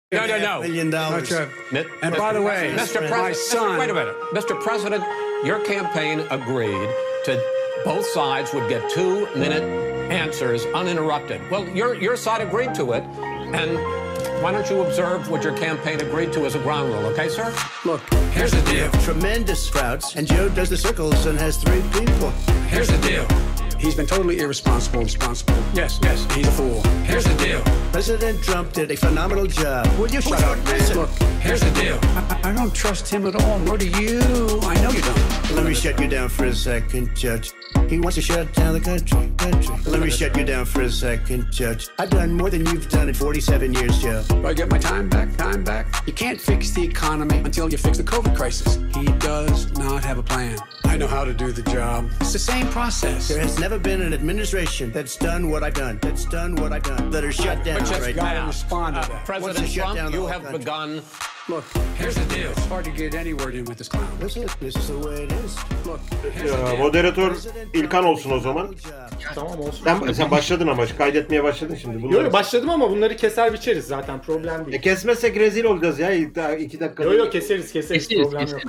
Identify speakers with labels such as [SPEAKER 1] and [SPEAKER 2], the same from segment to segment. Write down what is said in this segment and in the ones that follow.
[SPEAKER 1] No.
[SPEAKER 2] $1 million.
[SPEAKER 1] And by the way, Mr. President, wait a minute. Mr. President, your campaign agreed to both sides would get 2-minute answers uninterrupted. Well, your side agreed to it, and why don't you observe what your campaign agreed to as a ground rule, okay, sir?
[SPEAKER 2] Look, here's the deal. Tremendous sprouts, and Joe does the circles and has 3 people. Here's the deal.
[SPEAKER 3] He's been totally irresponsible.
[SPEAKER 2] Yes, he's a fool. Here's the deal. President Trump did a phenomenal job. Will you shut up?
[SPEAKER 3] Look,
[SPEAKER 2] here's the deal.
[SPEAKER 3] I don't trust him at all, nor do you. I know you don't.
[SPEAKER 2] Let me shut you down for a second, Judge. He wants to shut down the country. Let me shut you down for a second, Judge. I've done more than you've done in 47 years, Joe.
[SPEAKER 3] Do I get my time back? You can't fix the economy until you fix the COVID crisis. He does not have a plan. I know how to do the job. It's the same process.
[SPEAKER 2] There has never been an administration that's done what I've done. That are shut down right
[SPEAKER 3] gotta
[SPEAKER 2] now.
[SPEAKER 3] respond to that.
[SPEAKER 1] President Trump, you have begun.
[SPEAKER 3] Look, here's the deal. It's hard to get any word in with this clown.
[SPEAKER 2] This is the way it is. Look,
[SPEAKER 4] Moderatör İlkan olsun o zaman.
[SPEAKER 5] Tamam olsun.
[SPEAKER 4] Sen başladın ama kaydetmeye başladın şimdi.
[SPEAKER 5] Yok başladım ama bunları keser biçeriz zaten, problem değil.
[SPEAKER 4] Kesmezsek rezil olacağız ya 2 dakika.
[SPEAKER 5] Yok keseriz problem yok.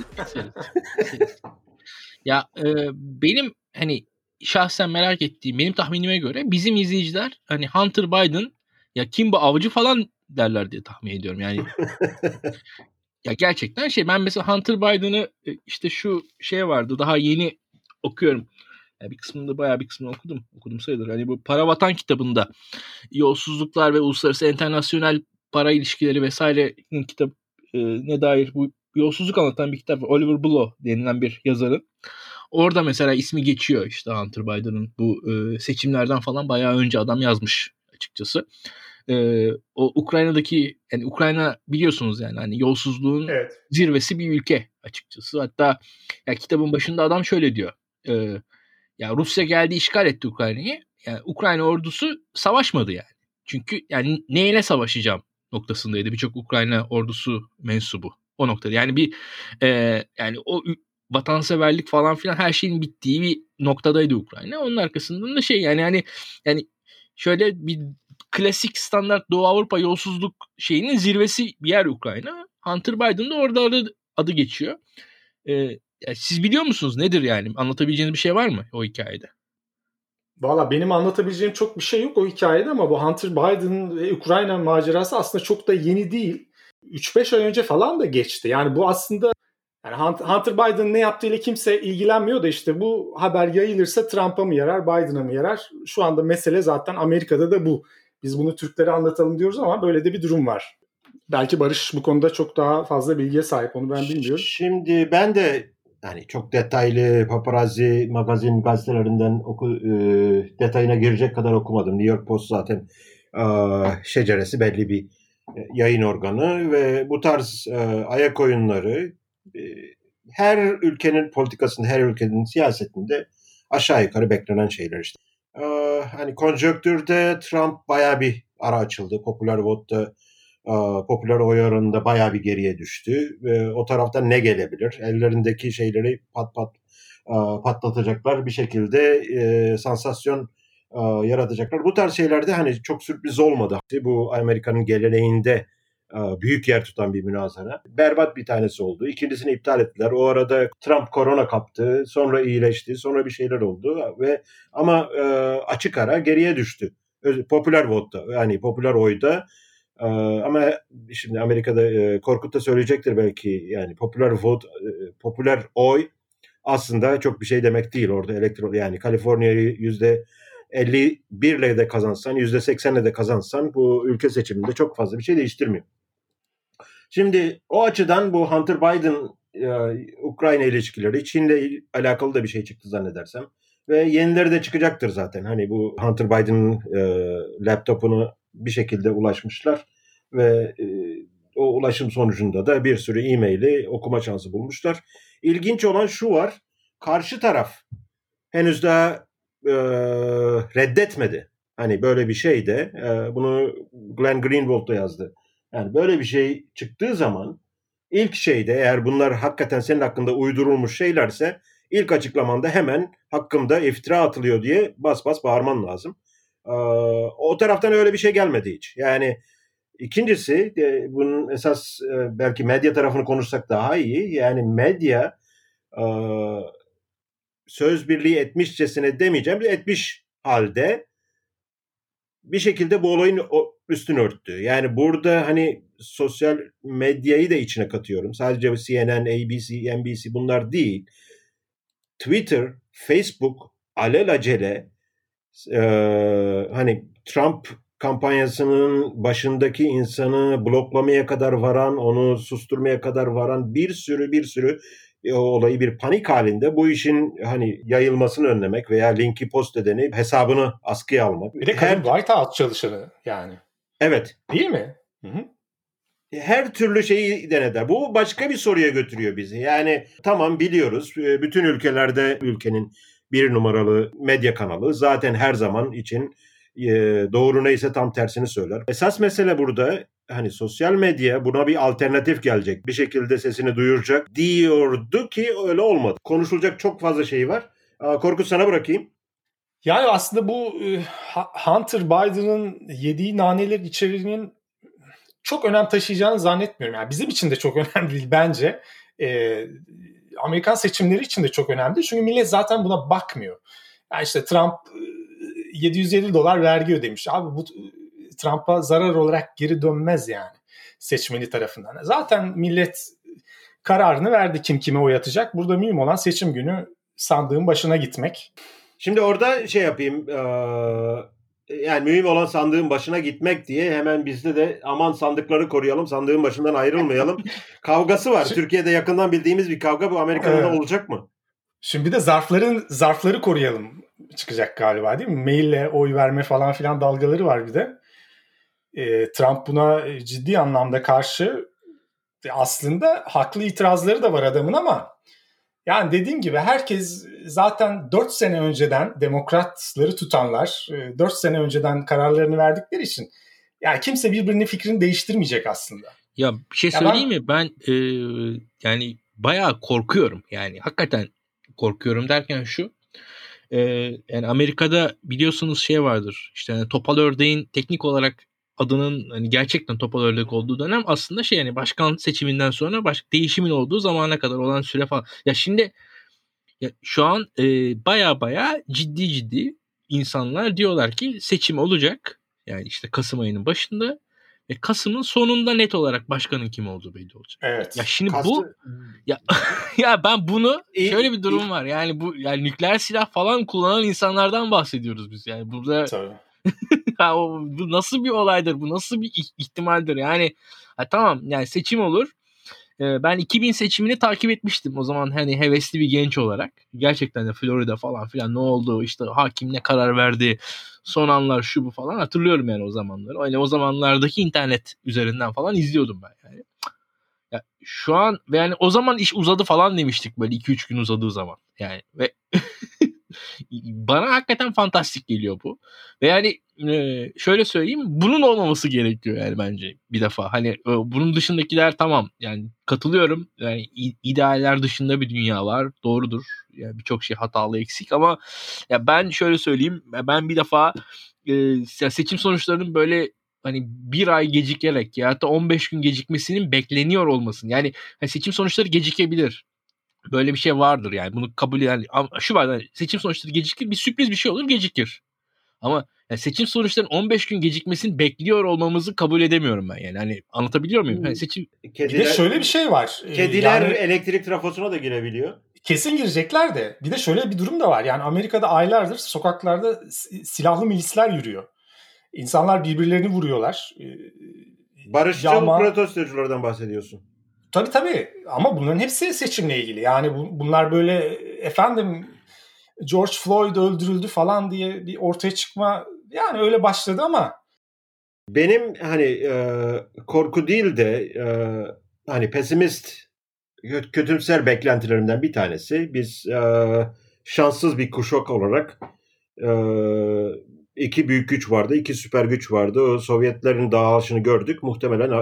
[SPEAKER 6] Ya benim hani şahsen merak ettiğim, benim tahminime göre bizim izleyiciler hani Hunter Biden ya kim bu avcı falan derler diye tahmin ediyorum yani. Ya gerçekten ben mesela Hunter Biden'ı işte şu vardı, daha yeni okuyorum. Yani bayağı bir kısmını okudum sayılır. Hani bu Para Vatan kitabında yolsuzluklar ve uluslararası internasyonel para ilişkileri vesairenin ne dair bu yolsuzluk anlatan bir kitap var. Oliver Blow denilen bir yazarın. Orada mesela ismi geçiyor işte Hunter Biden'ın bu seçimlerden falan bayağı önce adam yazmış açıkçası. O Ukrayna'daki, yani Ukrayna biliyorsunuz yani hani yolsuzluğun zirvesi bir ülke açıkçası. Hatta ya kitabın başında adam şöyle diyor. Ya Rusya geldi, işgal etti Ukrayna'yı. Yani Ukrayna ordusu savaşmadı yani. Çünkü yani neyle savaşacağım noktasındaydı birçok Ukrayna ordusu mensubu o noktada. Yani yani o vatanseverlik falan filan her şeyin bittiği bir noktadaydı Ukrayna. Onun arkasından da yani şöyle bir klasik standart Doğu Avrupa yolsuzluk şeyinin zirvesi bir yer Ukrayna. Hunter Biden de orada adı geçiyor. Yani siz biliyor musunuz nedir yani? Anlatabileceğiniz bir şey var mı o hikayede?
[SPEAKER 5] Valla benim anlatabileceğim çok bir şey yok o hikayede ama bu Hunter Biden ve Ukrayna macerası aslında çok da yeni değil. 3-5 ay önce falan da geçti. Yani bu aslında yani Hunter Biden ne yaptığıyla kimse ilgilenmiyor da işte bu haber yayılırsa Trump'a mı yarar, Biden'a mı yarar? Şu anda mesele zaten Amerika'da da bu. Biz bunu Türklere anlatalım diyoruz ama böyle de bir durum var. Belki Barış bu konuda çok daha fazla bilgiye sahip, onu ben bilmiyorum.
[SPEAKER 4] Şimdi ben de yani çok detaylı paparazzi magazin gazetelerinden detayına girecek kadar okumadım. New York Post zaten şeceresi belli bir yayın organı ve bu tarz ayak oyunları her ülkenin politikasında, her ülkenin siyasetinde aşağı yukarı beklenen şeyler işte. Hani konjonktürde Trump bayağı bir ara açıldı. Popüler votta, popüler oy oranında bayağı bir geriye düştü. Ve o taraftan ne gelebilir? Ellerindeki şeyleri patlatacaklar bir şekilde sansasyon yaratacaklar. Bu tarz şeylerde hani çok sürpriz olmadı. Bu Amerika'nın geleneğinde büyük yer tutan bir münazara. Berbat bir tanesi oldu. İkincisini iptal ettiler. O arada Trump korona kaptı. Sonra iyileşti. Sonra bir şeyler oldu. Ama açık ara geriye düştü. Popüler votta, yani popüler oyda. Ama şimdi Amerika'da Korkut da söyleyecektir belki. Yani popüler oy aslında çok bir şey demek değil orada yani Kaliforniya'yı %51'le de kazansan, %80'le de kazansan bu ülke seçiminde çok fazla bir şey değiştirmiyor. Şimdi o açıdan bu Hunter Biden Ukrayna ilişkileri Çin'le alakalı da bir şey çıktı zannedersem. Ve yenileri de çıkacaktır zaten. Hani bu Hunter Biden'ın laptopunu bir şekilde ulaşmışlar ve o ulaşım sonucunda da bir sürü e-maili okuma şansı bulmuşlar. İlginç olan şu var. Karşı taraf henüz daha reddetmedi. Hani böyle bir şey de bunu Glenn Greenwald da yazdı. Yani böyle bir şey çıktığı zaman ilk şeyde eğer bunlar hakikaten senin hakkında uydurulmuş şeylerse ilk açıklamanda hemen hakkımda iftira atılıyor diye bas bas bağırman lazım. O taraftan öyle bir şey gelmedi hiç. Yani İkincisi bunun esas belki medya tarafını konuşsak daha iyi. Yani medya söz birliği etmişçesine demeyeceğim, etmiş halde bir şekilde bu olayın üstünü örttü. Yani burada hani sosyal medyayı da içine katıyorum. Sadece CNN, ABC, NBC bunlar değil. Twitter, Facebook alelacele hani Trump kampanyasının başındaki insanı bloklamaya kadar varan, onu susturmaya kadar varan bir sürü olayı bir panik halinde bu işin hani yayılmasını önlemek veya linki post edeni hesabını askıya almak.
[SPEAKER 5] Bir de kadın White House çalışanı yani.
[SPEAKER 4] Evet.
[SPEAKER 5] Değil mi? Hı-hı.
[SPEAKER 4] Her türlü şeyi deneder. Bu başka bir soruya götürüyor bizi. Yani tamam biliyoruz bütün ülkelerde ülkenin bir numaralı medya kanalı zaten her zaman için doğru neyse tam tersini söyler. Esas mesele burada hani sosyal medya buna bir alternatif gelecek. Bir şekilde sesini duyuracak diyordu ki öyle olmadı. Konuşulacak çok fazla şey var. Korkut sana bırakayım.
[SPEAKER 5] Yani aslında bu Hunter Biden'ın yediği naneler içeriğinin çok önem taşıyacağını zannetmiyorum. Yani bizim için de çok önemli değil bence. Amerikan seçimleri için de çok önemli. Çünkü millet zaten buna bakmıyor. Yani işte Trump $750 vergi ödemiş. Abi bu Trump'a zarar olarak geri dönmez yani seçmeni tarafından. Zaten millet kararını verdi kim kime oy atacak. Burada mühim olan seçim günü sandığın başına gitmek.
[SPEAKER 4] Şimdi orada şey yapayım. Yani mühim olan sandığın başına gitmek diye hemen bizde de aman sandıkları koruyalım, sandığın başından ayrılmayalım kavgası var. Türkiye'de yakından bildiğimiz bir kavga, bu Amerika'da da olacak mı?
[SPEAKER 5] Şimdi bir de zarfları koruyalım çıkacak galiba değil mi? Maille oy verme falan filan dalgaları var bir de. Trump buna ciddi anlamda karşı. Aslında haklı itirazları da var adamın ama yani dediğim gibi herkes zaten 4 sene önceden demokratları tutanlar 4 sene önceden kararlarını verdikleri için yani kimse birbirinin fikrini değiştirmeyecek aslında.
[SPEAKER 6] Ya bir şey söyleyeyim mi? Ben yani bayağı korkuyorum. Yani hakikaten korkuyorum derken şu. Yani Amerika'da biliyorsunuz şey vardır. İşte yani topal ördeğin teknik olarak adının hani gerçekten topal ördek olduğu dönem aslında şey yani başkan seçiminden sonra değişimin olduğu zamana kadar olan süre falan. Ya şimdi ya şu an baya ciddi insanlar diyorlar ki seçim olacak. Yani işte Kasım ayının başında ve Kasım'ın sonunda net olarak başkanın kim olduğu belli olacak.
[SPEAKER 5] Evet.
[SPEAKER 6] Ya şimdi bu ya ben bunu şöyle bir durum var. Yani bu yani nükleer silah falan kullanan insanlardan bahsediyoruz biz. Yani burada bu nasıl bir olaydır? Bu nasıl bir ihtimaldir? Yani tamam yani seçim olur. Ben 2000 seçimini takip etmiştim o zaman hani hevesli bir genç olarak. Gerçekten de Florida falan filan ne oldu? İşte hakim ne karar verdi? Son anlar şu bu falan hatırlıyorum yani o zamanları. Öyle o zamanlardaki internet üzerinden falan izliyordum ben yani. Ya şu an yani o zaman iş uzadı falan demiştik böyle 2-3 gün uzadığı zaman. Yani ve bana hakikaten fantastik geliyor bu. Ve yani şöyle söyleyeyim bunun olmaması gerekiyor yani bence bir defa. Hani bunun dışındakiler tamam yani katılıyorum. Yani idealler dışında bir dünya var. Doğrudur. Yani birçok şey hatalı eksik ama ya ben şöyle söyleyeyim. Ben bir defa seçim sonuçlarının böyle hani bir ay gecikerek ya da 15 gün gecikmesinin bekleniyor olmasın. Yani seçim sonuçları gecikebilir. Böyle bir şey vardır yani bunu kabul yani şu var yani seçim sonuçları gecikir bir sürpriz bir şey olur gecikir. Ama yani seçim sonuçlarının 15 gün gecikmesini bekliyor olmamızı kabul edemiyorum ben yani. Hani anlatabiliyor muyum? Yani seçim
[SPEAKER 5] bir de şöyle bir şey var.
[SPEAKER 4] Kediler yani, elektrik trafosuna da girebiliyor.
[SPEAKER 5] Kesin girecekler de. Bir de şöyle bir durum da var. Yani Amerika'da aylardır sokaklarda silahlı milisler yürüyor. İnsanlar birbirlerini vuruyorlar.
[SPEAKER 4] Barışçıl protestoculardan bahsediyorsun.
[SPEAKER 5] Tabii ama bunların hepsi seçimle ilgili. Yani bunlar böyle efendim George Floyd öldürüldü falan diye bir ortaya çıkma yani öyle başladı ama
[SPEAKER 4] benim hani korku değil de hani pesimist kötümser beklentilerimden bir tanesi biz şanssız bir kuşak olarak iki büyük güç vardı, iki süper güç vardı. O Sovyetlerin dağılışını gördük. Muhtemelen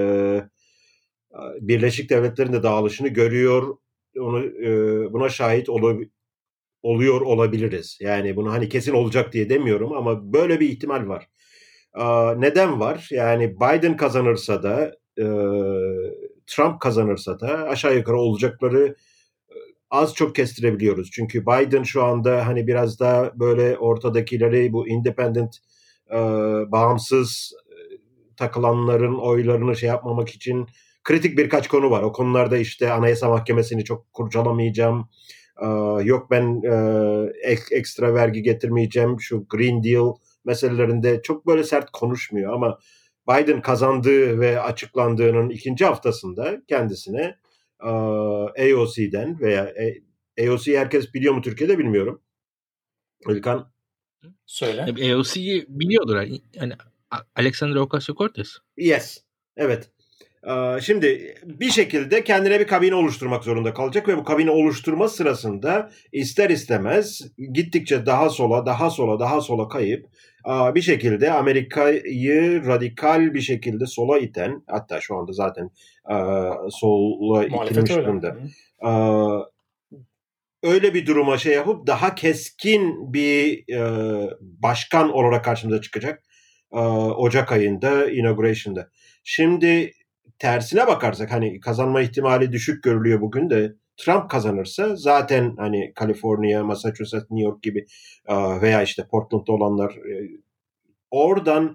[SPEAKER 4] Birleşik Devletler'in de dağılışını görüyor. Buna şahit oluyor olabiliriz. Yani bunu hani kesin olacak diye demiyorum ama böyle bir ihtimal var. Neden var? Yani Biden kazanırsa da Trump kazanırsa da aşağı yukarı olacakları az çok kestirebiliyoruz. Çünkü Biden şu anda hani biraz daha böyle ortadakileri, bu independent, bağımsız takılanların oylarını şey yapmamak için kritik birkaç konu var. O konularda işte Anayasa Mahkemesi'ni çok kurcalamayacağım. Yok ben ekstra vergi getirmeyeceğim. Şu Green Deal meselelerinde çok böyle sert konuşmuyor ama Biden kazandığı ve açıklandığının ikinci haftasında kendisine AOC'den veya AOC'yi herkes biliyor mu Türkiye'de bilmiyorum. İlkan
[SPEAKER 5] söyle.
[SPEAKER 6] AOC'yi biliyordur yani Alexandria Ocasio-Cortez.
[SPEAKER 4] Yes. Evet. Şimdi bir şekilde kendine bir kabine oluşturmak zorunda kalacak ve bu kabine oluşturma sırasında ister istemez gittikçe daha sola kayıp bir şekilde Amerika'yı radikal bir şekilde sola iten, hatta şu anda zaten sola itilmiş durumda. Öyle bir duruma şey yapıp daha keskin bir başkan olarak karşımıza çıkacak Ocak ayında inauguration'da. Şimdi tersine bakarsak hani kazanma ihtimali düşük görülüyor bugün de Trump kazanırsa zaten hani Kaliforniya, Massachusetts, New York gibi veya işte Portland'da olanlar oradan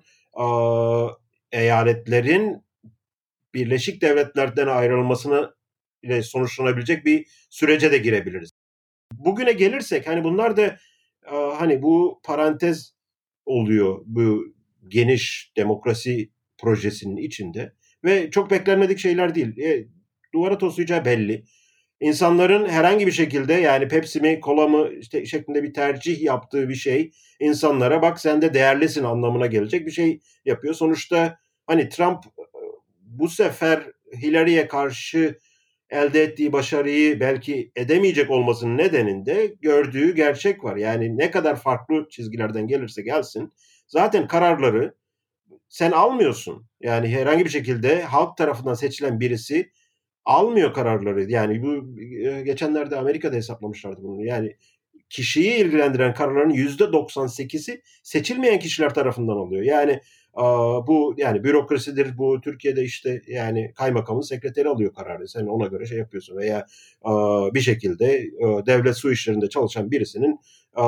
[SPEAKER 4] eyaletlerin Birleşik Devletler'den ayrılmasını ile sonuçlanabilecek bir sürece de girebiliriz. Bugüne gelirsek hani bunlar da hani bu parantez oluyor bu geniş demokrasi projesinin içinde ve çok beklenmedik şeyler değil. Duvara toslayacağı belli. İnsanların herhangi bir şekilde yani Pepsi mi kola mı işte şeklinde bir tercih yaptığı bir şey insanlara bak sen de değerlisin anlamına gelecek bir şey yapıyor. Sonuçta hani Trump bu sefer Hillary'ye karşı elde ettiği başarıyı belki edemeyecek olmasının nedeninde gördüğü gerçek var. Yani ne kadar farklı çizgilerden gelirse gelsin zaten kararları sen almıyorsun. Yani herhangi bir şekilde halk tarafından seçilen birisi almıyor kararları. Yani bu geçenlerde Amerika'da hesaplamışlardı bunu. Yani kişiyi ilgilendiren kararların %98'i seçilmeyen kişiler tarafından alıyor. Yani bu yani bürokrasidir, bu Türkiye'de işte yani kaymakamın sekreteri alıyor kararı. Sen ona göre şey yapıyorsun veya bir şekilde devlet su işlerinde çalışan birisinin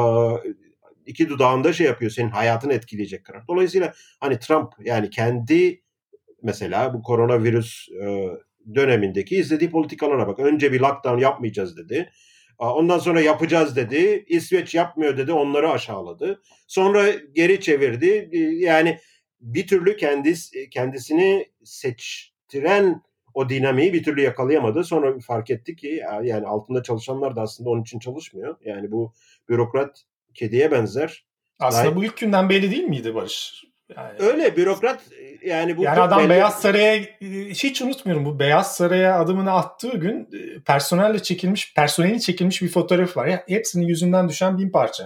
[SPEAKER 4] iki dudağında şey yapıyor, senin hayatını etkileyecek karar. Dolayısıyla hani Trump yani kendi mesela bu koronavirüs dönemindeki izlediği politikalara bak. Önce bir lockdown yapmayacağız dedi. Ondan sonra yapacağız dedi. İsveç yapmıyor dedi. Onları aşağıladı. Sonra geri çevirdi. Yani bir türlü kendisini seçtiren o dinamiği bir türlü yakalayamadı. Sonra fark etti ki yani altında çalışanlar da aslında onun için çalışmıyor. Yani bu bürokrat kediye benzer.
[SPEAKER 5] Aslında bu ilk günden belli değil miydi Barış?
[SPEAKER 4] Yani, öyle bürokrat yani bu
[SPEAKER 5] yani adam belli. Beyaz Saray'a hiç unutmuyorum, bu Beyaz Saray'a adımını attığı gün personelin çekilmiş bir fotoğraf var. Yani hepsinin yüzünden düşen bin parça.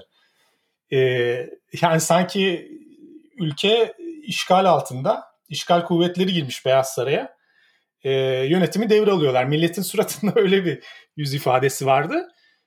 [SPEAKER 5] Yani sanki ülke işgal altında, işgal kuvvetleri girmiş Beyaz Saray'a. Yönetimi devralıyorlar. Milletin suratında öyle bir yüz ifadesi vardı.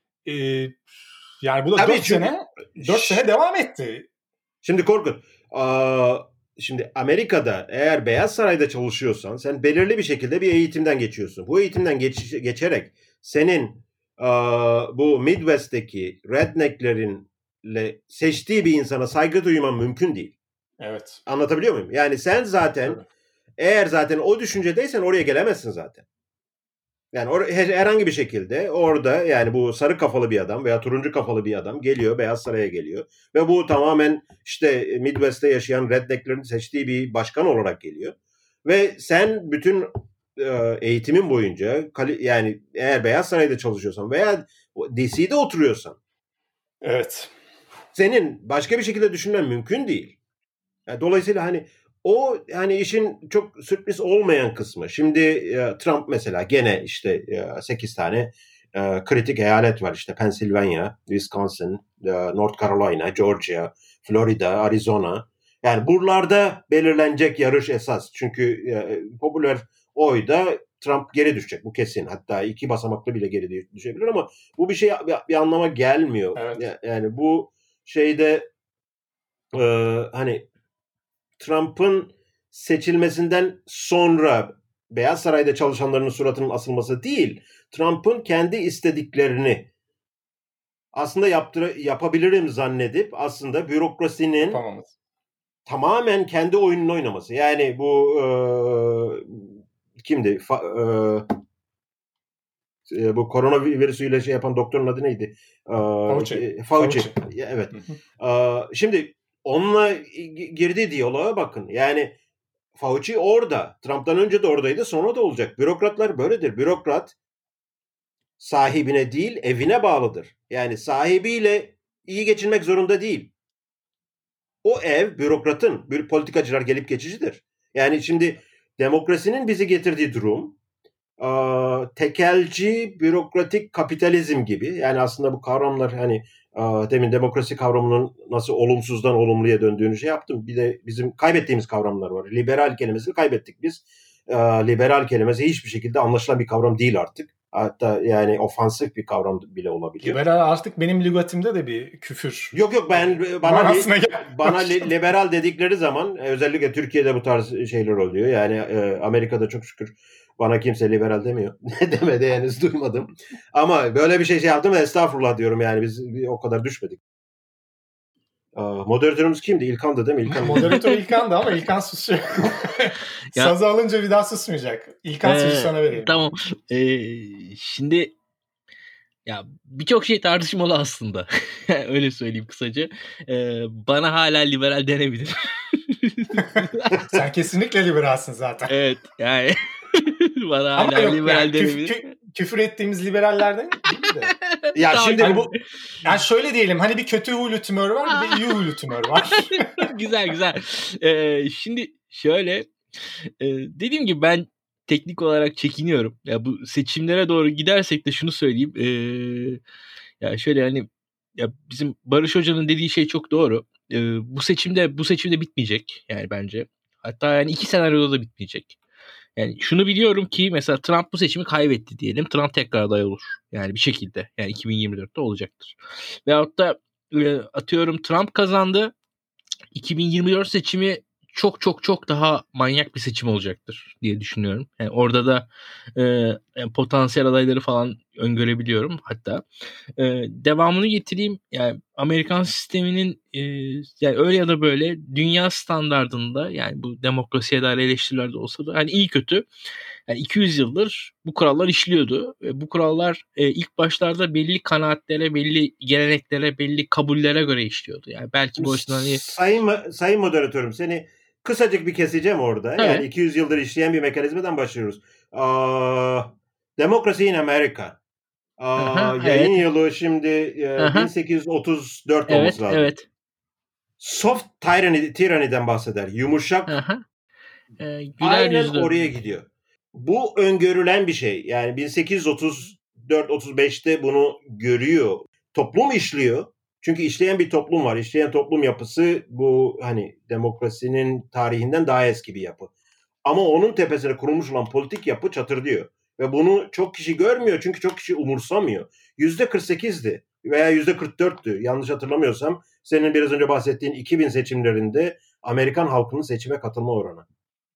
[SPEAKER 5] Yani bu da 4 sene devam etti.
[SPEAKER 4] Şimdi Korkut, şimdi Amerika'da eğer Beyaz Saray'da çalışıyorsan sen belirli bir şekilde bir eğitimden geçiyorsun. Bu eğitimden geçerek senin bu Midwest'teki rednecklerinle seçtiği bir insana saygı duyman mümkün değil.
[SPEAKER 5] Evet.
[SPEAKER 4] Anlatabiliyor muyum? Yani sen zaten eğer zaten o düşüncedeysen oraya gelemezsin zaten. Yani herhangi bir şekilde orada yani bu sarı kafalı bir adam veya turuncu kafalı bir adam geliyor, Beyaz Saray'a geliyor. Ve bu tamamen işte Midwest'te yaşayan rednecklerin seçtiği bir başkan olarak geliyor. Ve sen bütün eğitimin boyunca yani eğer Beyaz Saray'da çalışıyorsan veya DC'de oturuyorsan
[SPEAKER 5] evet,
[SPEAKER 4] senin başka bir şekilde düşünmen mümkün değil. Yani dolayısıyla hani o hani işin çok sürpriz olmayan kısmı. Şimdi Trump mesela gene işte 8 tane kritik eyalet var. İşte Pennsylvania, Wisconsin, North Carolina, Georgia, Florida, Arizona. Yani buralarda belirlenecek yarış esas. Çünkü popüler oyda Trump geri düşecek. Bu kesin. Hatta 2 basamaklı bile geri düşebilir ama bu bir şey bir anlama gelmiyor.
[SPEAKER 5] Evet.
[SPEAKER 4] Yani bu şeyde hani Trump'ın seçilmesinden sonra Beyaz Saray'da çalışanların suratının asılması değil, Trump'ın kendi istediklerini aslında yapabilirim zannedip aslında bürokrasinin tamamen kendi oyununu oynaması. Yani bu kimdi? Bu koronavirüsüyle şey yapan doktorun adı neydi? Fauci. Evet. Şimdi onunla girdiği diyaloğa bakın. Yani Fauci orada. Trump'tan önce de oradaydı, sonra da olacak. Bürokratlar böyledir. Bürokrat sahibine değil, evine bağlıdır. Yani sahibiyle iyi geçinmek zorunda değil. O ev bürokratın, politikacılar gelip geçicidir. Yani şimdi demokrasinin bizi getirdiği durum tekelci bürokratik kapitalizm gibi. Yani aslında bu kavramlar hani demin demokrasi kavramının nasıl olumsuzdan olumluya döndüğünü şey yaptım. Bir de bizim kaybettiğimiz kavramlar var. Liberal kelimesini kaybettik biz. Liberal kelimesi hiçbir şekilde anlaşılan bir kavram değil artık. Hatta yani ofansif bir kavram bile olabiliyor.
[SPEAKER 5] Liberal artık benim lügatimde de bir küfür.
[SPEAKER 4] Yok bana liberal dedikleri zaman özellikle Türkiye'de bu tarz şeyler oluyor. Yani Amerika'da çok şükür bana kimse liberal demiyor. Ne demedi henüz duymadım. Ama böyle bir şey yaptım ve estağfurullah diyorum yani biz o kadar düşmedik. Moderatörümüz kimdi? İlkan'dı değil mi?
[SPEAKER 5] Moderatör İlkan'dı ama İlkan susuyor. Sazı alınca bir daha susmayacak. İlkan sözü sana vereyim.
[SPEAKER 6] Tamam. Şimdi ya birçok şey tartışmalı aslında. Öyle söyleyeyim kısaca. Bana hala liberal denebilir.
[SPEAKER 5] Sen kesinlikle liberalsin zaten.
[SPEAKER 6] Evet yani. Bana hala liberal denebilir.
[SPEAKER 5] Küfür ettiğimiz liberallerden değil de.
[SPEAKER 4] Ya tamam, şimdi
[SPEAKER 5] hani bu yani şöyle diyelim hani bir kötü huylu tümör var bir de iyi huylu tümör var.
[SPEAKER 6] Güzel. Şimdi şöyle dediğim gibi ben teknik olarak çekiniyorum. Ya bu seçimlere doğru gidersek de şunu söyleyeyim. Ya şöyle hani ya bizim Barış Hoca'nın dediği şey çok doğru. Bu seçimde bitmeyecek yani bence. Hatta yani 2 senaryoda da bitmeyecek. Yani şunu biliyorum ki mesela Trump bu seçimi kaybetti diyelim. Trump tekrar aday olur. Yani bir şekilde. Yani 2024'te olacaktır. Veyahut da atıyorum Trump kazandı. 2024 seçimi çok daha manyak bir seçim olacaktır diye düşünüyorum. Yani orada da potansiyel adayları falan öngörebiliyorum hatta. Devamını getireyim. Yani Amerikan sisteminin yani öyle ya da böyle dünya standardında yani bu demokrasiye dair eleştiriler de olsa da hani iyi kötü yani 200 yıldır bu kurallar işliyordu. Bu kurallar ilk başlarda belli kanaatlere, belli geleneklere, belli kabullere göre işliyordu. Yani belki bu açıdan
[SPEAKER 4] Sayın moderatörüm seni kısacık bir keseceğim orada. Evet. Yani 200 yıldır işleyen bir mekanizmadan başlıyoruz. Democracy in America. Yayın yılı şimdi 1834 olması lazım. Evet. Soft tyranny'den bahseder. Yumuşak. Aynen oraya gidiyor. Bu öngörülen bir şey. Yani 1834-35'te bunu görüyor. Toplum işliyor. Çünkü işleyen bir toplum var. İşleyen toplum yapısı bu hani demokrasinin tarihinden daha eski bir yapı. Ama onun tepesine kurulmuş olan politik yapı çatırdıyor. Ve bunu çok kişi görmüyor çünkü çok kişi umursamıyor. %48'di veya %44'tü yanlış hatırlamıyorsam senin biraz önce bahsettiğin 2000 seçimlerinde Amerikan halkının seçime katılma oranı.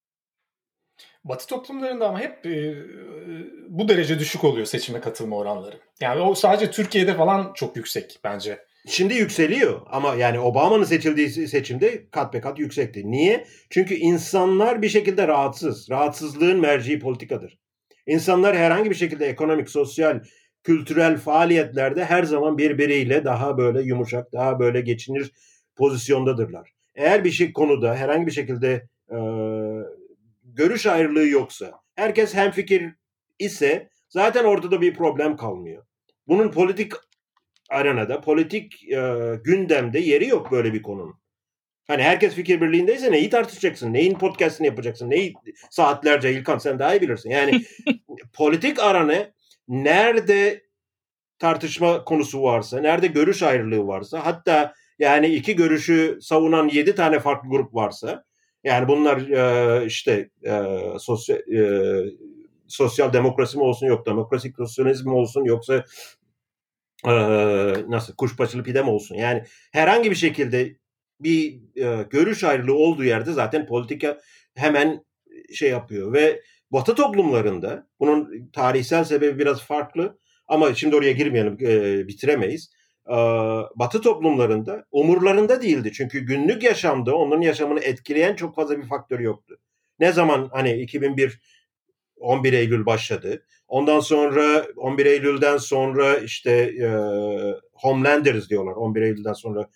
[SPEAKER 5] Batı toplumlarında ama hep bu derece düşük oluyor seçime katılma oranları. Yani o sadece Türkiye'de falan çok yüksek bence.
[SPEAKER 4] Şimdi yükseliyor ama yani Obama'nın seçildiği seçimde kat be kat yüksekti. Niye? Çünkü insanlar bir şekilde rahatsız. Rahatsızlığın merciği politikadır. İnsanlar herhangi bir şekilde ekonomik, sosyal, kültürel faaliyetlerde her zaman birbiriyle daha böyle yumuşak, daha böyle geçinir pozisyondadırlar. Eğer bir şey konuda herhangi bir şekilde görüş ayrılığı yoksa, herkes hemfikir ise zaten ortada bir problem kalmıyor. Bunun politik arenada, politik gündemde yeri yok böyle bir konunun. Hani herkes fikir birliğindeyse neyi tartışacaksın? Neyin podcast'ini yapacaksın? Neyi saatlerce İlkan sen daha iyi bilirsin. Yani politik arana nerede tartışma konusu varsa, nerede görüş ayrılığı varsa, hatta yani iki görüşü savunan 7 tane farklı grup varsa, yani bunlar sosyal demokrasi mi olsun, yok demokratik sosyalizm mi olsun, yoksa nasıl kuşbaşılı pide mi olsun? Yani herhangi bir şekilde bir görüş ayrılığı olduğu yerde zaten politika hemen şey yapıyor ve Batı toplumlarında bunun tarihsel sebebi biraz farklı ama şimdi oraya girmeyelim, bitiremeyiz. Batı toplumlarında umurlarında değildi. Çünkü günlük yaşamda onların yaşamını etkileyen çok fazla bir faktör yoktu. Ne zaman hani 2001 11 Eylül başladı. Ondan sonra 11 Eylül'den sonra işte Homelanders diyorlar. 11 Eylül'den sonra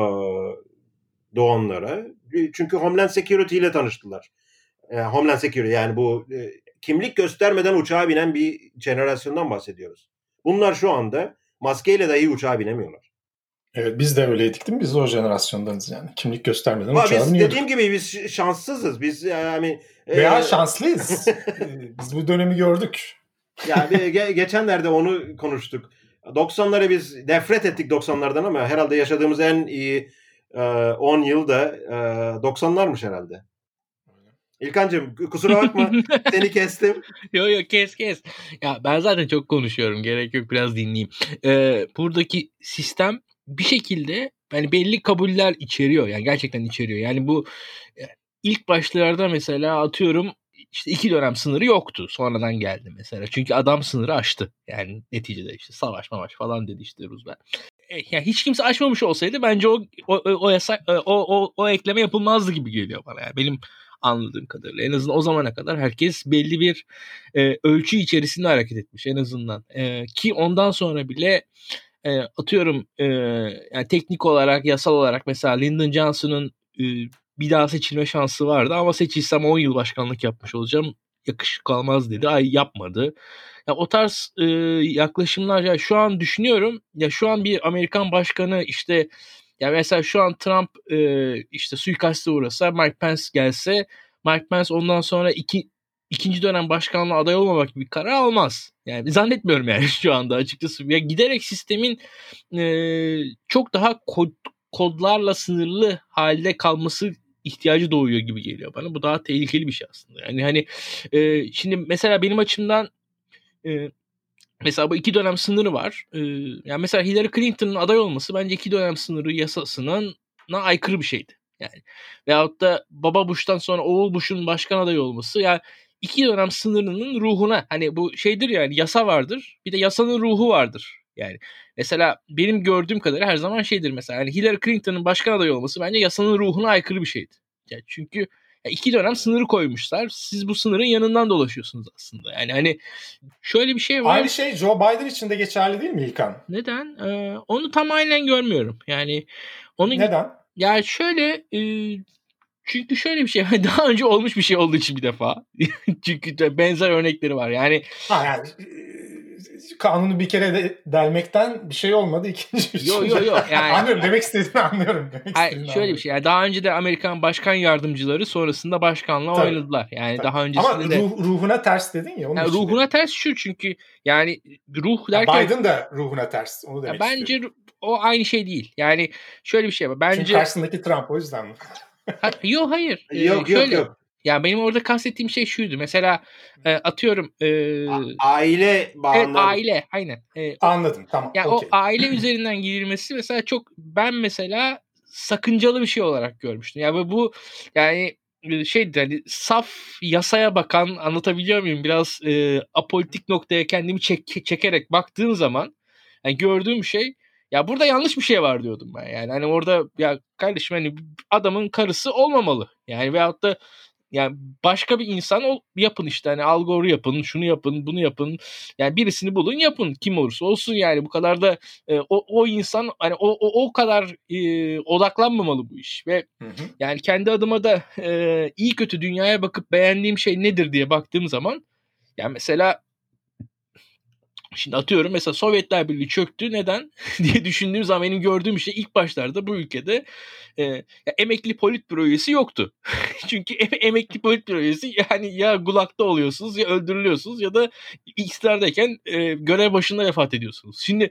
[SPEAKER 4] doğanlara. Çünkü Homeland Security ile tanıştılar. Homeland Security yani bu kimlik göstermeden uçağa binen bir jenerasyondan bahsediyoruz. Bunlar şu anda maskeyle dahi uçağa binemiyorlar.
[SPEAKER 5] Evet, biz de öyleydik değil mi? Biz de o jenerasyondanız yani. Kimlik göstermeden uçağa biniyorduk.
[SPEAKER 4] Dediğim gibi biz şanssızız. Biz yani
[SPEAKER 5] veya şanslıyız. Biz bu dönemi gördük.
[SPEAKER 4] Yani geçenlerde onu konuştuk. 90'lara biz nefret ettik 90'lardan ama herhalde yaşadığımız en iyi 10 yılda 90'larmış herhalde. İlkancığım kusura bakma seni kestim.
[SPEAKER 6] Yok kes. Ya ben zaten çok konuşuyorum. Gerek yok, biraz dinleyeyim. Buradaki sistem bir şekilde yani belli kabuller içeriyor. Yani gerçekten içeriyor. Yani bu ilk başlarda mesela atıyorum işte 2 dönem sınırı yoktu. Sonradan geldi mesela. Çünkü adam sınırı aştı. Yani neticede işte savaş falan dedi işte Roosevelt. Yani hiç kimse aşmamış olsaydı bence o yasak o ekleme yapılmazdı gibi geliyor bana. Yani benim anladığım kadarıyla en azından o zamana kadar herkes belli bir ölçü içerisinde hareket etmiş en azından. Ki ondan sonra bile atıyorum yani teknik olarak, yasal olarak mesela Lyndon Johnson'ın bir daha seçilme şansı vardı ama seçilsem 10 yıl başkanlık yapmış olacağım. Yakışık kalmaz dedi. Yapmadı. Ya o tarz yaklaşımlar ya şu an düşünüyorum. Ya şu an bir Amerikan başkanı işte ya mesela şu an Trump işte suikaste uğrasa, Mike Pence gelse, Mike Pence ondan sonra ikinci dönem başkanlığa aday olmamak gibi bir karar almaz. Yani zannetmiyorum yani şu anda açıkçası. Ya giderek sistemin çok daha kodlarla sınırlı halde kalması ihtiyacı doğuyor gibi geliyor bana. Bu daha tehlikeli bir şey aslında. Yani hani şimdi mesela benim açımdan mesela bu 2 dönem sınırı var. Yani mesela Hillary Clinton'ın aday olması bence 2 dönem sınırı yasasına aykırı bir şeydi. Yani veyahut da baba Bush'tan sonra oğul Bush'un başkan adayı olması yani 2 dönem sınırının ruhuna hani bu şeydir yani yasa vardır. Bir de yasanın ruhu vardır. Yani mesela benim gördüğüm kadarıyla her zaman şeydir mesela yani Hillary Clinton'ın başkan adayı olması bence yasanın ruhuna aykırı bir şeydi. Yani çünkü 2 dönem sınırı koymuşlar. Siz bu sınırın yanından dolaşıyorsunuz aslında. Yani hani şöyle bir şey var.
[SPEAKER 5] Aynı şey Joe Biden için de geçerli değil mi İlkan?
[SPEAKER 6] Neden? Onu tam aynen görmüyorum. Yani onu
[SPEAKER 5] neden?
[SPEAKER 6] Yani şöyle çünkü şöyle bir şey daha önce olmuş bir şey olduğu için bir defa. Çünkü benzer örnekleri var. Yani
[SPEAKER 5] yani kanunu bir kere de delmekten bir şey olmadı ikinci bir şey.
[SPEAKER 6] Yok yani
[SPEAKER 5] anlıyorum demek istediğini anlıyorum.
[SPEAKER 6] Şöyle bir şey. Yani daha önce de Amerikan başkan yardımcıları sonrasında başkanla oynadılar. Yani tabii. Daha öncesinde
[SPEAKER 5] ama
[SPEAKER 6] de
[SPEAKER 5] ruhuna ters dedin ya.
[SPEAKER 6] Yani ruhuna ters şu çünkü yani ruh derken
[SPEAKER 5] Biden da ruhuna ters. Onu demek
[SPEAKER 6] bence o aynı şey değil. Yani şöyle bir şey var. Bence
[SPEAKER 5] çünkü karşısındaki Trump o yüzden mi?
[SPEAKER 6] Yok hayır.
[SPEAKER 4] Yok.
[SPEAKER 6] Yani benim orada kastettiğim şey şuydu. Mesela atıyorum
[SPEAKER 4] aile bağından.
[SPEAKER 6] Aile aynen.
[SPEAKER 5] Anladım tamam.
[SPEAKER 6] Yani o aile üzerinden gidilmesi mesela ben mesela sakıncalı bir şey olarak görmüştüm. Yani bu yani hani saf yasaya bakan anlatabiliyor muyum? Biraz apolitik noktaya kendimi çekerek baktığım zaman yani gördüğüm şey ya burada yanlış bir şey var diyordum ben. Yani hani orada ya kardeşim hani adamın karısı olmamalı. Yani veyahut da yani başka bir insan yapın işte hani Al Gore yapın, şunu yapın, bunu yapın. Yani birisini bulun yapın kim olursa olsun yani bu kadar da o insan hani o kadar odaklanmamalı bu iş ve yani kendi adıma da iyi kötü dünyaya bakıp beğendiğim şey nedir diye baktığım zaman yani mesela şimdi atıyorum mesela Sovyetler Birliği çöktü neden diye düşündüğüm zaman benim gördüğüm şey ilk başlarda bu ülkede emekli politbüro üyesi yoktu. Çünkü emekli politbüro üyesi yani ya gulagda oluyorsunuz ya öldürülüyorsunuz ya da iktidardayken görev başında vefat ediyorsunuz. Şimdi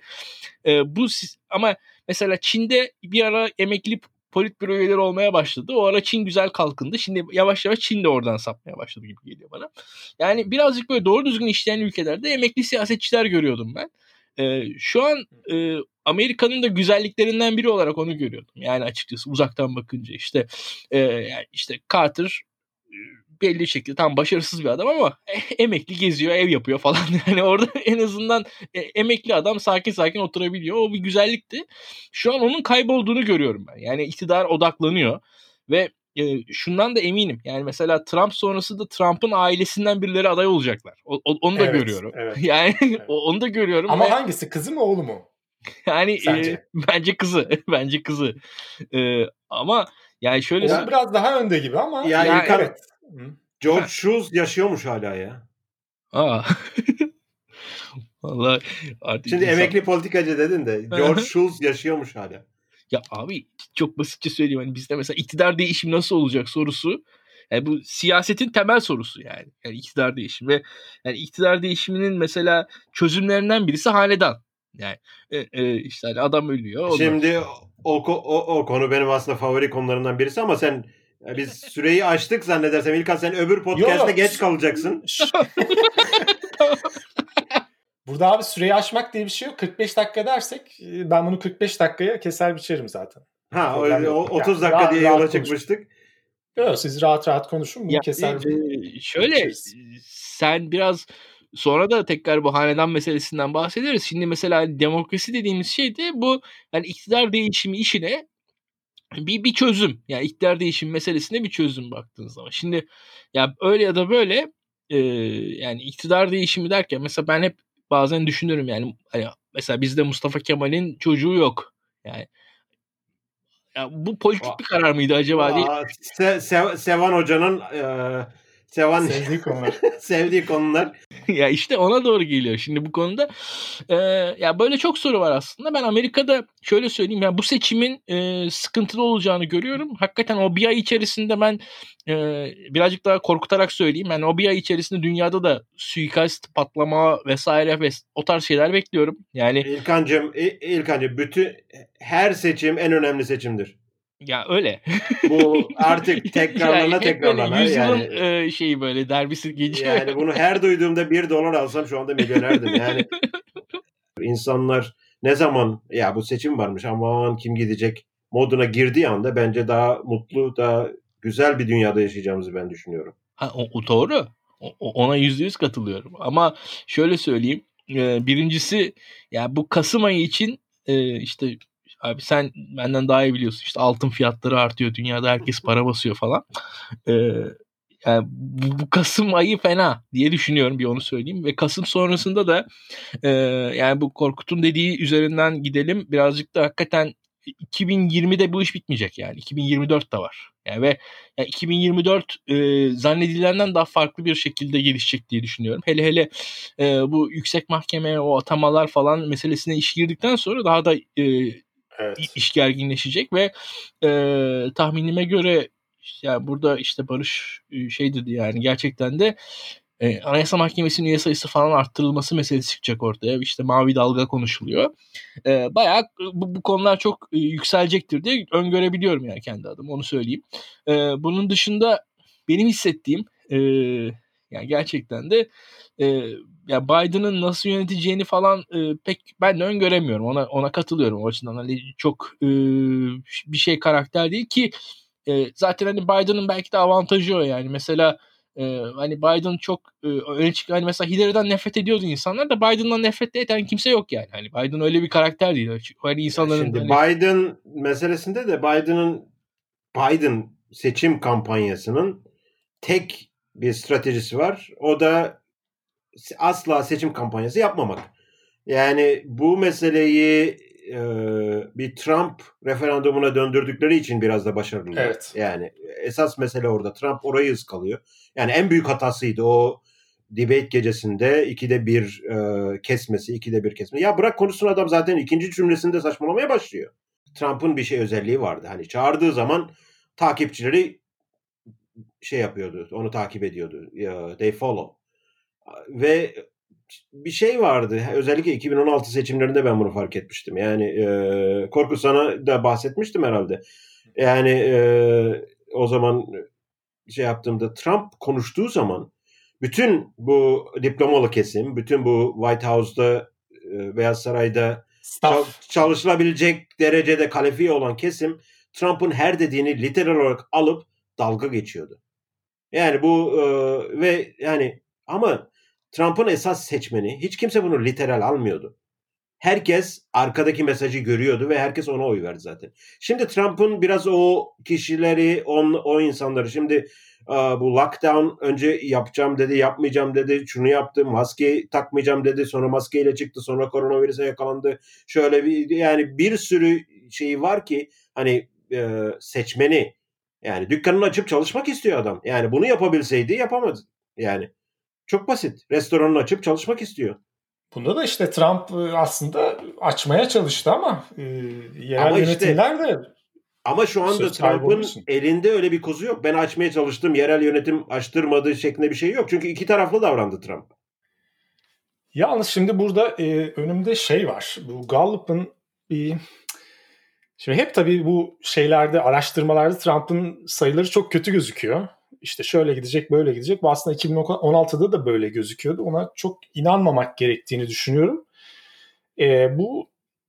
[SPEAKER 6] ama mesela Çin'de bir ara emekli politbüro üyeleri olmaya başladı. O ara Çin güzel kalkındı. Şimdi yavaş yavaş Çin de oradan sapmaya başladı gibi geliyor bana. Yani birazcık böyle doğru düzgün işleyen ülkelerde emekli siyasetçiler görüyordum ben. Şu an Amerika'nın da güzelliklerinden biri olarak onu görüyordum. Yani açıkçası uzaktan bakınca yani işte Carter belli şekilde tam başarısız bir adam ama emekli geziyor, ev yapıyor falan. Yani orada en azından emekli adam sakin sakin oturabiliyor. O bir güzellikti. Şu an onun kaybolduğunu görüyorum ben. Yani iktidar odaklanıyor ve şundan da eminim. Yani mesela Trump sonrası da Trump'ın ailesinden birileri aday olacaklar. Onu da görüyorum.
[SPEAKER 5] Evet.
[SPEAKER 6] Yani onu da görüyorum.
[SPEAKER 5] Ama hangisi, kızı mı oğlu mu?
[SPEAKER 6] Yani bence kızı. Bence kızı. Ama yani şöyle
[SPEAKER 5] biraz daha önde gibi ama.
[SPEAKER 4] Yani
[SPEAKER 5] evet.
[SPEAKER 4] George Shultz yaşıyormuş hala ya.
[SPEAKER 6] Vallahi artık
[SPEAKER 4] şimdi emekli politikacı dedin de George Shultz yaşıyormuş hala.
[SPEAKER 6] Ya abi çok basitçe söyleyeyim. Hani bizde mesela iktidar değişimi nasıl olacak sorusu. Yani bu siyasetin temel sorusu yani. Yani iktidar değişimi ve yani iktidar değişiminin mesela çözümlerinden birisi hanedan. Yani işte hani adam ölüyor.
[SPEAKER 4] Şimdi o konu benim aslında favori konularımdan birisi ama biz süreyi açtık zannedersem. İlkan sen öbür podcast'te geç kalacaksın.
[SPEAKER 5] Burada abi süreyi aşmak diye bir şey yok. 45 dakika dersek ben bunu 45 dakikaya keser biçerim zaten.
[SPEAKER 4] Ha, 30 dakika diye yola çıkmıştık.
[SPEAKER 5] Yok, siz rahat konuşun. Bunu keser
[SPEAKER 6] şöyle biçeriz. Sen biraz sonra da tekrar bu hanedan meselesinden bahsederiz. Şimdi mesela demokrasi dediğimiz şey de bu yani iktidar değişimi işine bir çözüm. Yani iktidar değişimi meselesine bir çözüm baktığınız zaman. Şimdi ya öyle ya da böyle yani iktidar değişimi derken mesela ben hep bazen düşünürüm yani mesela bizde Mustafa Kemal'in çocuğu yok. Yani ya bu politik bir karar mıydı acaba diye.
[SPEAKER 4] Sevan Hoca'nın sevdiği konular.
[SPEAKER 6] Ya işte ona doğru geliyor. Şimdi bu konuda ya böyle çok soru var aslında. Ben Amerika'da şöyle söyleyeyim. Yani bu seçimin sıkıntılı olacağını görüyorum. Hakikaten o bir ay içerisinde ben birazcık daha korkutarak söyleyeyim. Yani o bir ay içerisinde dünyada da suikast, patlama vesaire o tarz şeyler bekliyorum. Yani
[SPEAKER 4] İlkancığım bütün her seçim en önemli seçimdir.
[SPEAKER 6] Ya öyle.
[SPEAKER 4] Bu artık tekrarlana.
[SPEAKER 6] Yüzyılın şeyi böyle derbisi geçiyor.
[SPEAKER 4] Yani bunu her duyduğumda $1 alsam şu anda milyonerdim. Yani insanlar ne zaman ya bu seçim varmış aman kim gidecek moduna girdiği anda bence daha mutlu, daha güzel bir dünyada yaşayacağımızı ben düşünüyorum.
[SPEAKER 6] O doğru. Ona %100 katılıyorum. Ama şöyle söyleyeyim. Birincisi ya bu Kasım ayı için işte abi sen benden daha iyi biliyorsun. İşte altın fiyatları artıyor. Dünyada herkes para basıyor falan. Yani bu Kasım ayı fena diye düşünüyorum, bir onu söyleyeyim. Ve Kasım sonrasında da yani bu Korkut'un dediği üzerinden gidelim. Birazcık da hakikaten 2020'de bu iş bitmeyecek yani. 2024 de var. Yani ve yani 2024 zannedilenden daha farklı bir şekilde gelişecek diye düşünüyorum. Hele bu yüksek mahkemeye o atamalar falan meselesine iş girdikten sonra daha da iş gerginleşecek ve tahminime göre yani burada işte Barış şey dedi yani gerçekten de Anayasa Mahkemesi'nin üye sayısı falan arttırılması meselesi çıkacak ortaya. İşte mavi dalga konuşuluyor. Bayağı bu konular çok yükselecektir diye öngörebiliyorum yani kendi adıma, onu söyleyeyim. Bunun dışında benim hissettiğim yani gerçekten de ya Biden'ın nasıl yöneteceğini falan pek ben de öngöremiyorum. Ona katılıyorum o açıdan. Hani çok bir şey karakter değil ki zaten hani Biden'ın belki de avantajı o yani. Mesela hani Biden çok öne çıkan, hani mesela Hillary'den nefret ediyordu insanlar da Biden'dan nefret eden kimse yok yani. Hani Biden öyle bir karakter değil. Hani insanların
[SPEAKER 4] şimdi Biden meselesinde de Biden seçim kampanyasının tek bir stratejisi var. O da asla seçim kampanyası yapmamak. Yani bu meseleyi bir Trump referandumuna döndürdükleri için biraz da başarılılar.
[SPEAKER 5] Evet.
[SPEAKER 4] Yani esas mesele orada. Trump orayı ıskalıyor. Yani en büyük hatasıydı o debate gecesinde 2'de 1 kesmesi, 2'de 1 kesmesi. Ya bırak konuşsun adam, zaten ikinci cümlesinde saçmalamaya başlıyor. Trump'ın bir özelliği vardı. Hani çağırdığı zaman takipçileri yapıyordu. Onu takip ediyordu. They follow. Ve bir şey vardı. Özellikle 2016 seçimlerinde ben bunu fark etmiştim. Yani Korkut sana da bahsetmiştim herhalde. Yani o zaman yaptığımda Trump konuştuğu zaman bütün bu diplomalı kesim, bütün bu White House'da Beyaz Saray'da
[SPEAKER 5] Staff.
[SPEAKER 4] çalışılabilecek derecede kalifiye olan kesim Trump'ın her dediğini literal olarak alıp dalga geçiyordu. Yani bu ve yani ama Trump'ın esas seçmeni hiç kimse bunu literal almıyordu. Herkes arkadaki mesajı görüyordu ve herkes ona oy verdi zaten. Şimdi Trump'ın biraz o kişileri, o insanları şimdi bu lockdown önce yapacağım dedi, yapmayacağım dedi, şunu yaptı, maske takmayacağım dedi, sonra maskeyle çıktı, sonra koronavirüse yakalandı. Şöyle yani bir sürü şey var ki hani seçmeni yani dükkanını açıp çalışmak istiyor adam. Yani bunu yapabilseydi yapamadı. Yani çok basit. Restoranını açıp çalışmak istiyor.
[SPEAKER 5] Bunda da işte Trump aslında açmaya çalıştı ama yerel yönetimler de
[SPEAKER 4] ama şu anda Trump'ın elinde öyle bir kozu yok. Ben açmaya çalıştım, yerel yönetim açtırmadı şeklinde bir şey yok. Çünkü iki taraflı davrandı Trump.
[SPEAKER 5] Yalnız şimdi burada önümde şey var. Bu Gallup'ın şimdi hep tabii bu şeylerde, araştırmalarda Trump'ın sayıları çok kötü gözüküyor. İşte şöyle gidecek, böyle gidecek. Bu aslında 2016'da da böyle gözüküyordu. Ona çok inanmamak gerektiğini düşünüyorum. Bu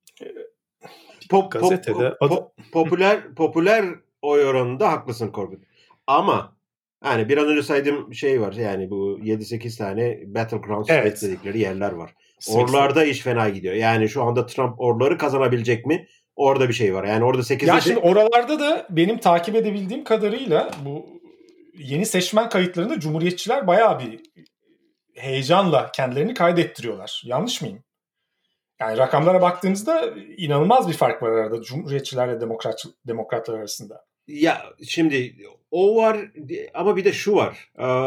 [SPEAKER 5] gazetede
[SPEAKER 4] popüler oy oranında haklısın Corbett. Ama hani biraz önce saydığım şey var. Yani bu 7-8 tane battleground state dedikleri yerler var. Oralarda iş fena gidiyor. Yani şu anda Trump oraları kazanabilecek mi? Orada bir şey var. Yani orada 8'de...
[SPEAKER 5] Ya şimdi oralarda da benim takip edebildiğim kadarıyla bu yeni seçmen kayıtlarında Cumhuriyetçiler bayağı bir heyecanla kendilerini kaydettiriyorlar. Yanlış mıyım? Yani rakamlara baktığınızda inanılmaz bir fark var arada Cumhuriyetçilerle demokratlar arasında.
[SPEAKER 4] Ya şimdi o var ama bir de şu var.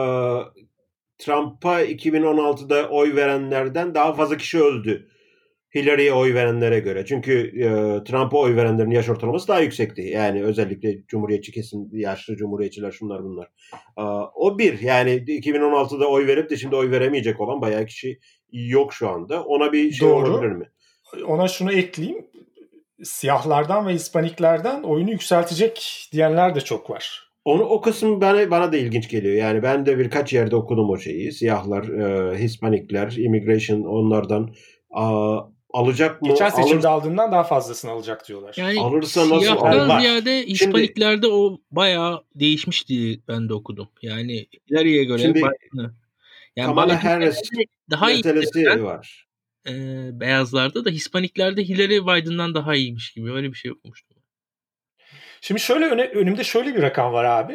[SPEAKER 4] Trump'a 2016'da oy verenlerden daha fazla kişi öldü. Hillary'ye oy verenlere göre. Çünkü Trump'a oy verenlerin yaş ortalaması daha yüksekti. Yani özellikle Cumhuriyetçi kesim, yaşlı Cumhuriyetçiler şunlar bunlar. O bir. Yani 2016'da oy verip de şimdi oy veremeyecek olan bayağı kişi yok şu anda. Ona bir şey olabilir mi?
[SPEAKER 5] Ona şunu ekleyeyim. Siyahlardan ve Hispaniklerden oyunu yükseltecek diyenler de çok var.
[SPEAKER 4] O kısım bana da ilginç geliyor. Yani ben de birkaç yerde okudum o şeyi. Siyahlar, Hispanikler, immigration onlardan alacak mı?
[SPEAKER 5] Geçen seçimde aldığından daha fazlasını alacak diyorlar.
[SPEAKER 6] Yani
[SPEAKER 4] alırsa nasıl
[SPEAKER 6] siyahtan ziyade Hispaniklerde o bayağı değişmişti, ben de okudum. Yani Hillary'ye göre
[SPEAKER 4] şimdi
[SPEAKER 6] yani
[SPEAKER 4] Kamala Harris
[SPEAKER 6] daha
[SPEAKER 4] meselesi var.
[SPEAKER 6] Beyazlarda da Hispaniklerde Hillary Biden'dan daha iyiymiş gibi öyle bir şey okumuştum.
[SPEAKER 5] Şimdi şöyle önümde şöyle bir rakam var abi.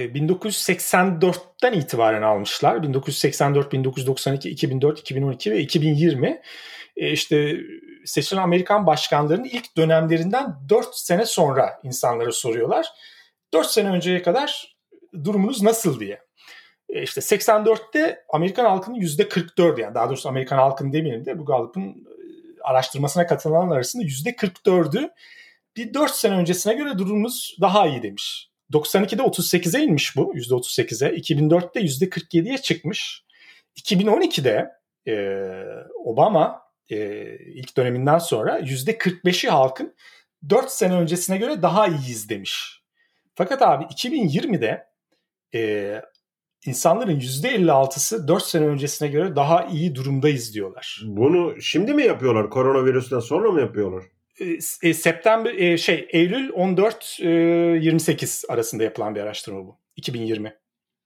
[SPEAKER 5] 1984'ten itibaren almışlar. 1984, 1992, 2004, 2012 ve 2020. İşte seçilen Amerikan başkanlarının ilk dönemlerinden 4 sene sonra insanlara soruyorlar. 4 sene önceye kadar durumunuz nasıl diye. İşte 84'te Amerikan halkının %44, yani daha doğrusu Amerikan halkının demeyelim de bu Gallup'un araştırmasına katılanlar arasında %44'ü bir 4 sene öncesine göre durumumuz daha iyi demiş. 92'de 38'e inmiş bu, %38'e. 2004'te %47'ye çıkmış. 2012'de Obama ilk döneminden sonra %45'i halkın 4 sene öncesine göre daha iyiyiz demiş. Fakat abi 2020'de insanların %56'sı 4 sene öncesine göre daha iyi durumdayız diyorlar.
[SPEAKER 4] Bunu şimdi mi yapıyorlar? Koronavirüsten sonra mı yapıyorlar?
[SPEAKER 5] Eylül 14-28 arasında yapılan bir araştırma bu. 2020.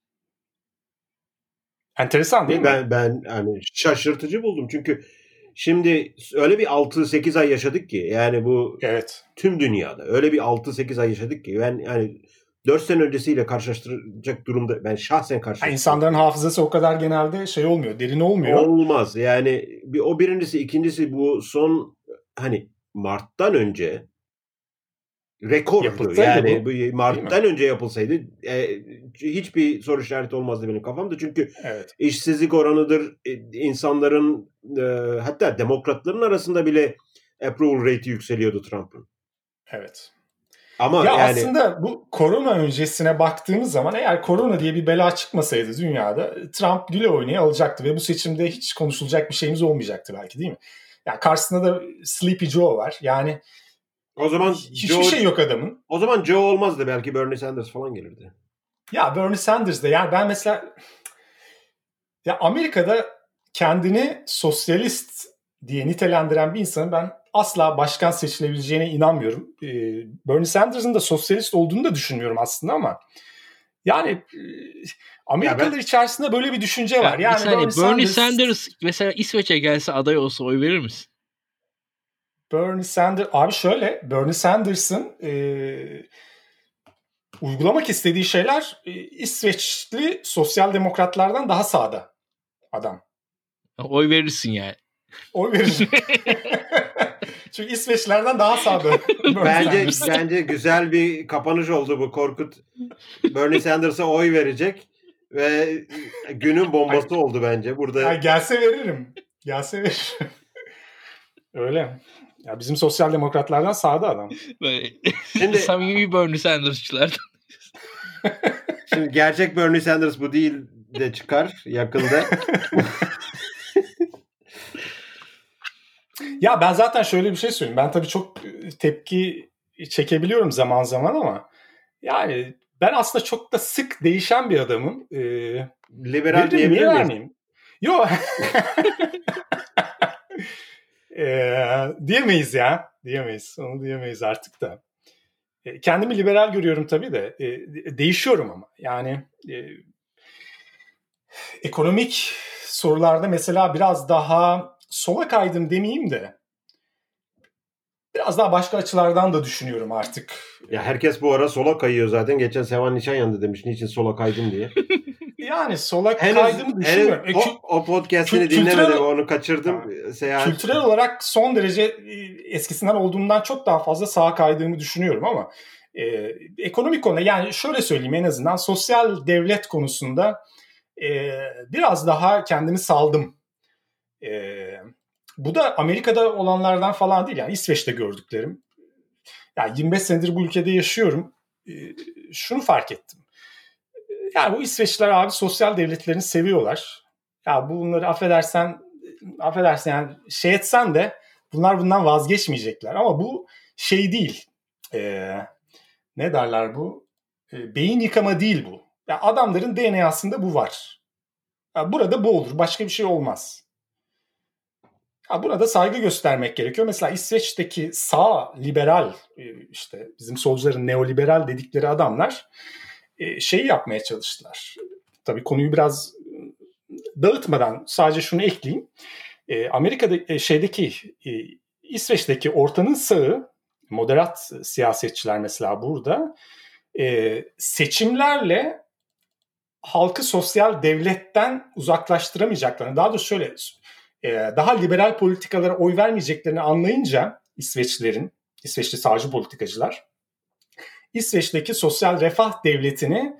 [SPEAKER 5] Enteresan değil mi?
[SPEAKER 4] Ben hani şaşırtıcı buldum. Çünkü şimdi öyle bir 6-8 ay yaşadık ki yani bu tüm dünyada öyle bir 6-8 ay yaşadık ki ben yani 4 sene öncesiyle karşılaştıracak durumda ben şahsen karşılaştırıyorum.
[SPEAKER 5] İnsanların hafızası o kadar genelde olmuyor, derin olmuyor.
[SPEAKER 4] Olmaz. Yani o birincisi, ikincisi bu son hani Mart'tan önce rekordu. Yani bu Mart'tan önce yapılsaydı hiçbir soru işareti olmazdı benim kafamda. Çünkü işsizlik oranıdır, insanların hatta demokratların arasında bile approval rate'i yükseliyordu Trump'ın.
[SPEAKER 5] Evet.
[SPEAKER 4] Ama
[SPEAKER 5] ya yani aslında bu korona öncesine baktığımız zaman eğer korona diye bir bela çıkmasaydı dünyada Trump güle oynaya alacaktı ve bu seçimde hiç konuşulacak bir şeyimiz olmayacaktı belki, değil mi? Yani karşısında da Sleepy Joe var. Yani
[SPEAKER 4] o zaman
[SPEAKER 5] hiçbir şey yok adamın.
[SPEAKER 4] O zaman Joe olmazdı, belki Bernie Sanders falan gelirdi.
[SPEAKER 5] Ya Bernie Sanders de yani ben mesela ya Amerika'da kendini sosyalist diye nitelendiren bir insanın ben asla başkan seçilebileceğine inanmıyorum. Bernie Sanders'ın da sosyalist olduğunu da düşünmüyorum aslında ama yani Amerikalılar içerisinde böyle bir düşünce var. Yani
[SPEAKER 6] Bernie Sanders mesela İsveç'e gelse aday olsa oy verir misin?
[SPEAKER 5] Bernie Sanders abi şöyle, Bernie Sanders'ın uygulamak istediği şeyler İsveçli sosyal demokratlardan daha sağda adam.
[SPEAKER 6] Oy verirsin yani.
[SPEAKER 5] Oy veririm. Çünkü İsveçlerden daha sağda.
[SPEAKER 4] Bence güzel bir kapanış oldu bu. Korkut Bernie Sanders'a oy verecek ve günün bombası oldu bence. Burada
[SPEAKER 5] yani gelse veririm. Öyle. Ya bizim sosyal demokratlardan sağda adam.
[SPEAKER 6] Şimdi samimi Bernie Sanders'çılardan.
[SPEAKER 4] Şimdi gerçek Bernie Sanders bu değil de çıkar yakında.
[SPEAKER 5] Ya ben zaten şöyle bir şey söyleyeyim. Ben tabii çok tepki çekebiliyorum zaman zaman ama yani ben aslında çok da sık değişen bir adamım.
[SPEAKER 4] Liberal diyebilir miyim?
[SPEAKER 5] Yok. Diyemeyiz ya. Diyemeyiz. Onu diyemeyiz artık da. Kendimi liberal görüyorum tabii de. Değişiyorum ama. Yani ekonomik sorularda mesela biraz daha sola kaydım demeyeyim de biraz daha başka açılardan da düşünüyorum artık.
[SPEAKER 4] Ya herkes bu ara sola kayıyor zaten. Geçen Sevan Nişanyan'da demiş niçin sola kaydın diye.
[SPEAKER 5] Yani sola kaydığımı düşünmüyorum.
[SPEAKER 4] O podcast'ini dinlemedim, onu kaçırdım.
[SPEAKER 5] Kültürel olarak son derece eskisinden olduğumdan çok daha fazla sağa kaydığımı düşünüyorum ama ekonomik konuda yani şöyle söyleyeyim, en azından sosyal devlet konusunda biraz daha kendimi saldım. Bu da Amerika'da olanlardan falan değil, yani İsveç'te gördüklerim. Yani 25 senedir bu ülkede yaşıyorum. Şunu fark ettim. Yani bu İsveçliler abi sosyal devletlerini seviyorlar. Ya bunları affedersen yani şey etsen de bunlar bundan vazgeçmeyecekler. Ama bu şey değil. Ne derler bu? Beyin yıkama değil bu. Ya adamların DNA'sında bu var. Ya burada bu olur. Başka bir şey olmaz. Ya buna da saygı göstermek gerekiyor. Mesela İsveç'teki sağ liberal, işte bizim solcuların neoliberal dedikleri adamlar şeyi yapmaya çalıştılar. Tabii konuyu biraz dağıtmadan sadece şunu ekleyeyim. Amerika'da İsveç'teki ortanın sağı moderat siyasetçiler mesela burada seçimlerle halkı sosyal devletten uzaklaştıramayacaklarını, daha doğrusu şöyle daha liberal politikalara oy vermeyeceklerini anlayınca İsveçli sağcı politikacılar İsveç'teki sosyal refah devletini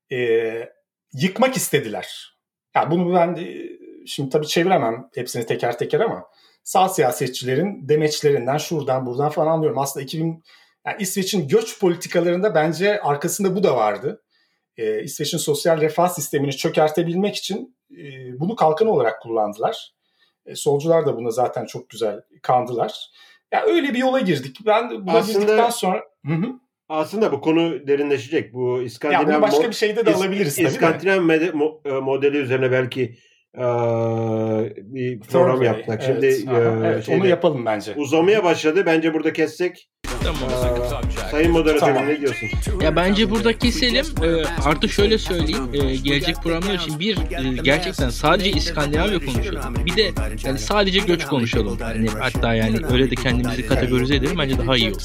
[SPEAKER 5] yıkmak istediler. Yani bunu ben şimdi tabii çeviremem hepsini teker teker ama sağ siyasetçilerin demeçlerinden şuradan buradan falan anlıyorum. Aslında yani İsveç'in göç politikalarında bence arkasında bu da vardı. İsveç'in sosyal refah sistemini çökertebilmek için bunu kalkan olarak kullandılar. Solcular da buna zaten çok güzel kandılar. Yani öyle bir yola girdik. Ben buna girdikten sonra...
[SPEAKER 4] Aslında bu konu derinleşecek. Bu İskandinav...
[SPEAKER 5] Ya bunu başka bir şeyde de alabiliriz tabii.
[SPEAKER 4] İskandinav modeli üzerine belki bir program yaptık.
[SPEAKER 5] Evet.
[SPEAKER 4] Şimdi
[SPEAKER 5] onu yapalım bence.
[SPEAKER 4] Uzamaya başladı. Bence burada kessek. Sayın moderatörüm ne diyorsun?
[SPEAKER 6] Ya bence burada keselim. Artık şöyle söyleyeyim. Gelecek programlar için gerçekten sadece İskandinavya konuşalım. Bir de yani sadece göç konuşalım. Yani hatta yani öyle de kendimizi kategorize edelim. Bence daha iyi olur.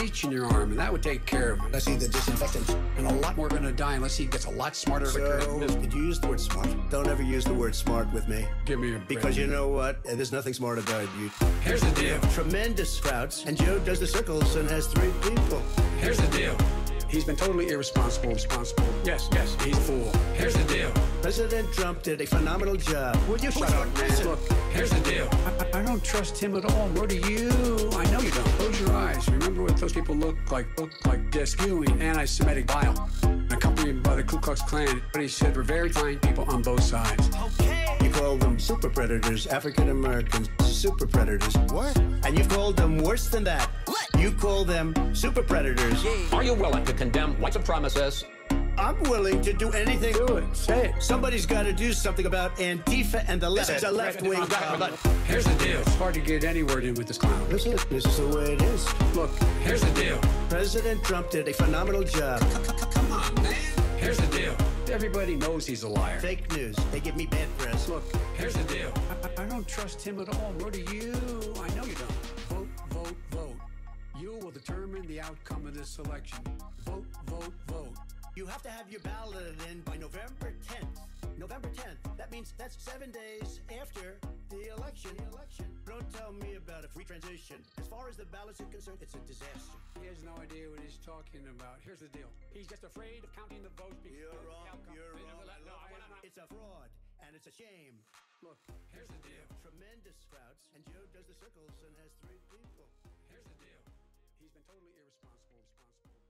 [SPEAKER 2] Because you know what? There's nothing smart about you. Here's the deal. Tremendous sprouts, and Joe does the circles and has 3 people.
[SPEAKER 3] Here's the deal. He's been totally irresponsible. Yes, he's a fool. Here's the deal.
[SPEAKER 2] President Trump did a phenomenal job. Will you shut up, man?
[SPEAKER 3] Look, here's the deal. I don't trust him at all. Nor do you. I know you don't. Close your eyes. Remember what those people look like this. Spewing anti-Semitic bile. Accompanied by the Ku Klux Klan. But he said we're very fine people on both sides.
[SPEAKER 2] Okay. You call them super predators, African Americans, super predators. What? And you called them worse than that. What? You call them super predators.
[SPEAKER 1] Are you willing to condemn white supremacists
[SPEAKER 2] I'm willing to do anything.
[SPEAKER 3] Do it. Say it.
[SPEAKER 2] Somebody's got to do something about Antifa and the left. It's a left-wing.
[SPEAKER 3] Here's the deal. It's hard to get any word in with this clown.
[SPEAKER 2] This is the way it is.
[SPEAKER 3] Look, here's the deal.
[SPEAKER 2] President Trump did a phenomenal job.
[SPEAKER 3] Come on, man. Here's the deal. Everybody knows he's a liar.
[SPEAKER 2] Fake news. They give me bad press.
[SPEAKER 3] Look, here's the deal. I don't trust him at all. Nor do you. I know you don't. Vote, vote, vote. You will determine the outcome of this election. Vote, vote, vote.
[SPEAKER 2] You have to have your ballot in by November 10th. November 10th. That means that's 7 days after the election. Don't tell me about a free transition. As far as the ballots are concerned, it's a disaster.
[SPEAKER 3] He has no idea what he's talking about. Here's the deal. He's just afraid of counting the votes.
[SPEAKER 2] You're wrong. It's a fraud, and it's a shame.
[SPEAKER 3] Look, here's the deal.
[SPEAKER 2] Tremendous sprouts, and Joe does the circles and has 3 people.
[SPEAKER 3] Here's the deal. He's been totally irresponsible.